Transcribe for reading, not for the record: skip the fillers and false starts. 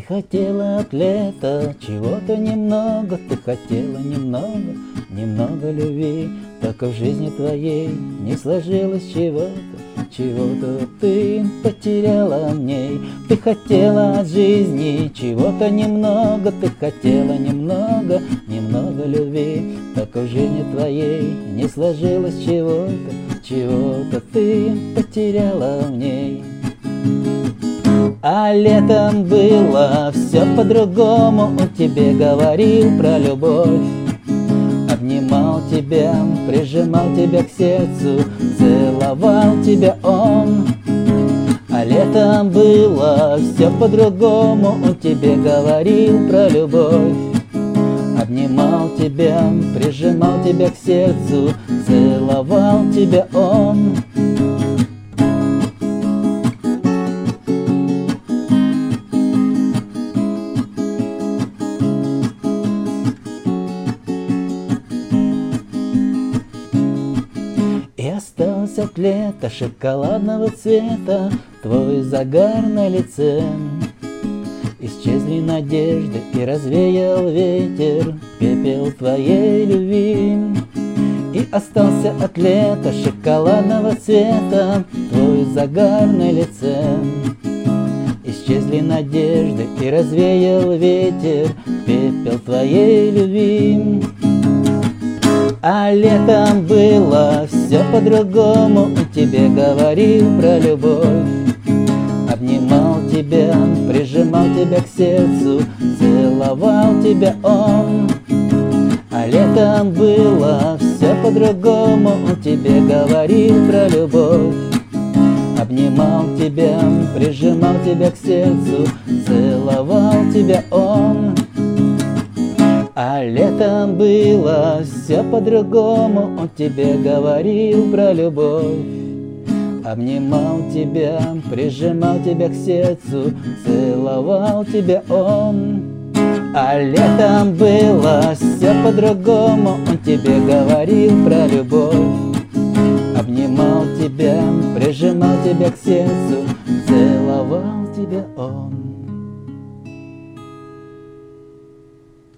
хотела от лета чего-то немного, ты хотела немного, немного любви. Только в жизни твоей не сложилось чего-то, чего-то ты потеряла в ней. Ты хотела от жизни чего-то немного, ты хотела немного, немного любви. Только в жизни твоей не сложилось чего-то, чего-то ты потеряла в ней. А летом было все по-другому, он тебе говорил про любовь. Обнимал тебя, прижимал тебя к сердцу, целовал тебя он. А летом было все по-другому, он тебе говорил про любовь. Обнимал тебя, прижимал тебя к сердцу, целовал тебя он. И остался от лета шоколадного цвета твой загар на лице. Исчезли надежды и развеял ветер пепел твоей любви. И остался от лета шоколадного цвета твой загар на лице. Исчезли надежды и развеял ветер пепел твоей любви. А летом было все по-другому, он тебе говорил про любовь. Обнимал тебя, прижимал тебя к сердцу, целовал тебя он. А летом было все по-другому, он тебе говорил про любовь. Обнимал тебя, прижимал тебя к сердцу, целовал тебя он. А летом было все по-другому, он тебе говорил про любовь. Обнимал тебя, прижимал тебя к сердцу, целовал тебя он. А летом было все по-другому, он тебе говорил про любовь. Обнимал тебя, прижимал тебя к сердцу, целовал тебя он.